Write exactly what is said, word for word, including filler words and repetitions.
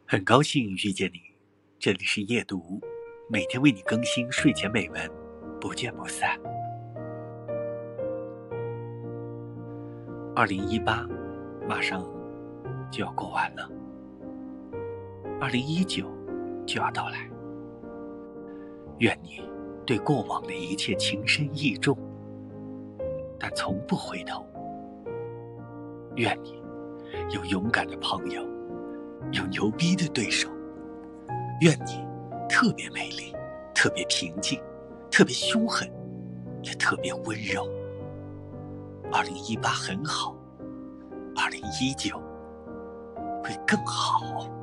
很高兴遇见你，这里是夜读，每天为你更新睡前美文，不见不散。二零一八马上就要过完了，二零一九就要到来。愿你对过往的一切情深意重，但从不回头。愿你有勇敢的朋友，有牛逼的对手。愿你特别美丽，特别平静，特别凶狠，也特别温柔。二零一八很好，二零一九会更好。